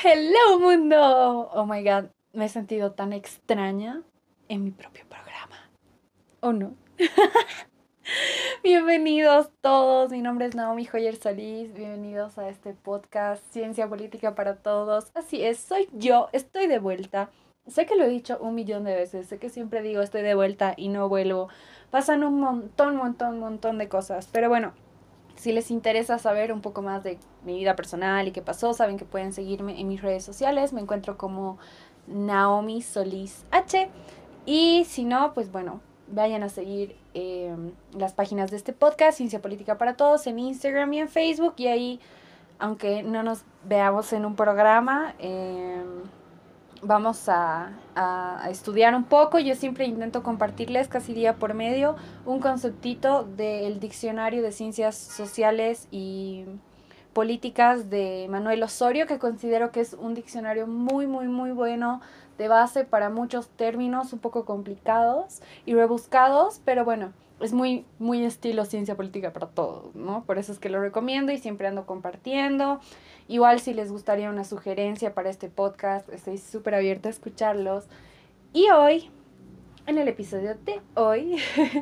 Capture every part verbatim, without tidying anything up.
Hello mundo. Oh my god, me he sentido tan extraña en mi propio programa. ¿O no? Bienvenidos todos, mi nombre es Naomi Joyer Solís, bienvenidos a este podcast Ciencia Política para Todos. Así es, soy yo, estoy de vuelta. Sé que lo he dicho un millón de veces, sé que siempre digo estoy de vuelta y no vuelvo. Pasan un montón, montón, montón de cosas, pero bueno, si les interesa saber un poco más de mi vida personal y qué pasó, saben que pueden seguirme en mis redes sociales. Me encuentro como Naomi Solís H. Y si no, pues bueno, vayan a seguir eh, las páginas de este podcast, Ciencia Política para Todos, en Instagram y en Facebook. Y ahí, aunque no nos veamos en un programa, eh, vamos a, a, a, estudiar un poco. Yo siempre intento compartirles casi día por medio un conceptito del diccionario de ciencias sociales y políticas de Manuel Osorio, que considero que es un diccionario muy, muy, muy bueno de base para muchos términos un poco complicados y rebuscados, pero bueno, es muy, muy estilo ciencia política para todos, ¿no? Por eso es que lo recomiendo y siempre ando compartiendo. Igual si les gustaría una sugerencia para este podcast, estoy súper abierta a escucharlos. Y hoy, en el episodio de hoy,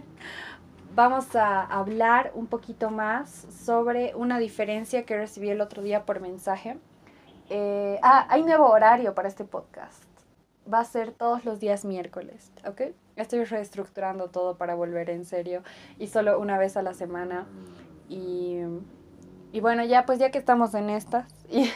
vamos a hablar un poquito más sobre una diferencia que recibí el otro día por mensaje. Eh, ah, hay nuevo horario para este podcast. Va a ser todos los días miércoles, ¿ok? Estoy reestructurando todo para volver en serio y solo una vez a la semana. Y, y bueno, ya pues ya que estamos en estas, y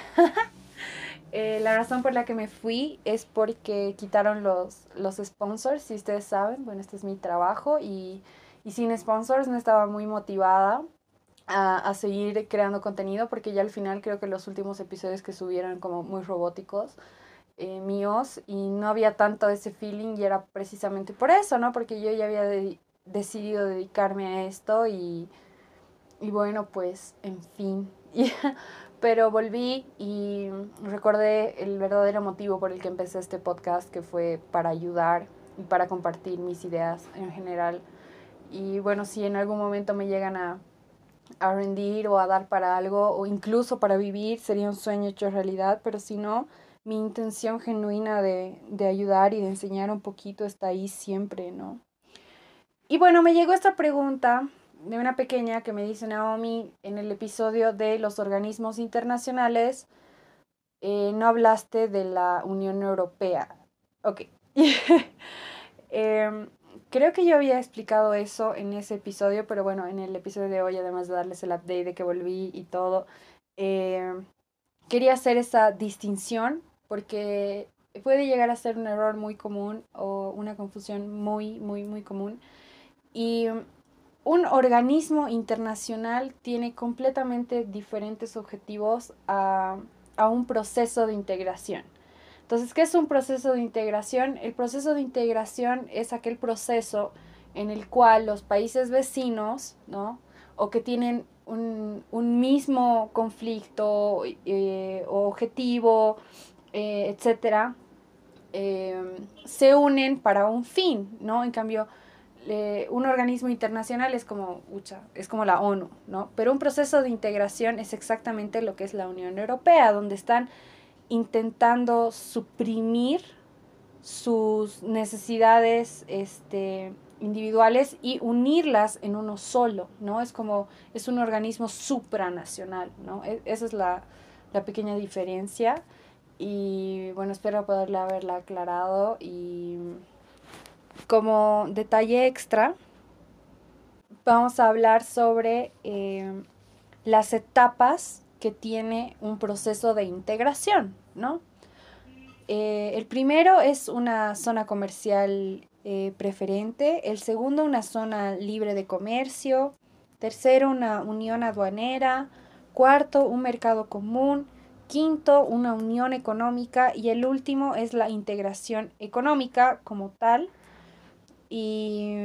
eh, la razón por la que me fui es porque quitaron los, los sponsors, si ustedes saben. Bueno, este es mi trabajo y, y sin sponsors no estaba muy motivada a, a seguir creando contenido porque ya al final creo que los últimos episodios que subieron como muy robóticos eh, míos y no había tanto ese feeling y era precisamente por eso, ¿no? Porque yo ya había de decidido dedicarme a esto y, y bueno, pues en fin. Pero volví y recordé el verdadero motivo por el que empecé este podcast, que fue para ayudar y para compartir mis ideas en general. Y bueno, si en algún momento me llegan a, a rendir o a dar para algo o incluso para vivir, sería un sueño hecho realidad, pero si no, mi intención genuina de, de ayudar y de enseñar un poquito está ahí siempre, ¿no? Y bueno, me llegó esta pregunta de una pequeña que me dice: Naomi, en el episodio de los organismos internacionales, eh, no hablaste de la Unión Europea. Ok. eh, Creo que yo había explicado eso en ese episodio, pero bueno, en el episodio de hoy, además de darles el update de que volví y todo, eh, quería hacer esa distinción porque puede llegar a ser un error muy común o una confusión muy, muy, muy común. Y un organismo internacional tiene completamente diferentes objetivos a, a un proceso de integración. Entonces, ¿qué es un proceso de integración? El proceso de integración es aquel proceso en el cual los países vecinos, ¿no? O que tienen un, un mismo conflicto eh, o objetivo, eh, etcétera, eh, se unen para un fin, ¿no? En cambio, eh, un organismo internacional es como, ucha, es como la ONU, ¿no? Pero un proceso de integración es exactamente lo que es la Unión Europea, donde están intentando suprimir sus necesidades este, individuales y unirlas en uno solo, ¿no? Es como, es un organismo supranacional, ¿no? E esa es la, la pequeña diferencia y bueno, espero poderla haberla aclarado. Y como detalle extra, vamos a hablar sobre eh, las etapas que tiene un proceso de integración, ¿no? Eh, el primero es una zona comercial eh, preferente, el segundo una zona libre de comercio, tercero una unión aduanera, cuarto un mercado común, quinto una unión económica y el último es la integración económica como tal. Y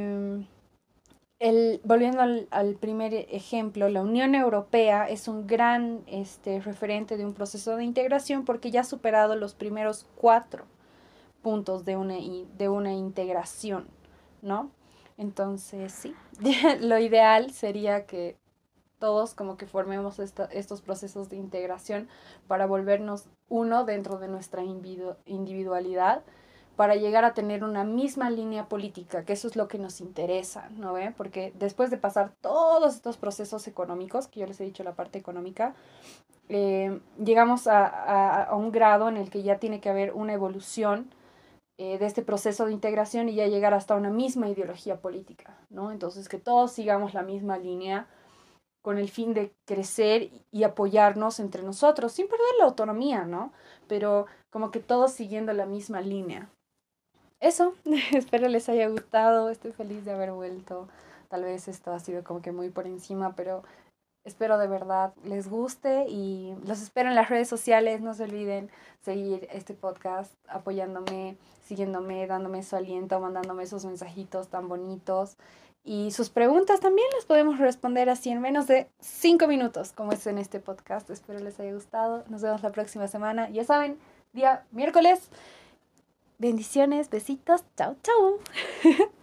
el, volviendo al, al, primer ejemplo, la Unión Europea es un gran este, referente de un proceso de integración porque ya ha superado los primeros cuatro puntos de una, de una integración, ¿no? Entonces, sí, lo ideal sería que todos como que formemos esta, estos procesos de integración para volvernos uno dentro de nuestra individu- individualidad, para llegar a tener una misma línea política, que eso es lo que nos interesa, ¿no ve? Porque después de pasar todos estos procesos económicos, que yo les he dicho la parte económica, eh, llegamos a, a, a un grado en el que ya tiene que haber una evolución eh, de este proceso de integración y ya llegar hasta una misma ideología política, ¿no? Entonces, que todos sigamos la misma línea con el fin de crecer y apoyarnos entre nosotros, sin perder la autonomía, ¿no? Pero como que todos siguiendo la misma línea. Eso, espero les haya gustado, estoy feliz de haber vuelto. Tal vez esto ha sido como que muy por encima, pero espero de verdad les guste y los espero en las redes sociales. No se olviden seguir este podcast apoyándome, siguiéndome, dándome su aliento, mandándome esos mensajitos tan bonitos. Y sus preguntas también las podemos responder así en menos de cinco minutos, como es en este podcast. Espero les haya gustado. Nos vemos la próxima semana. Ya saben, día miércoles. Bendiciones, besitos. Chao, chao.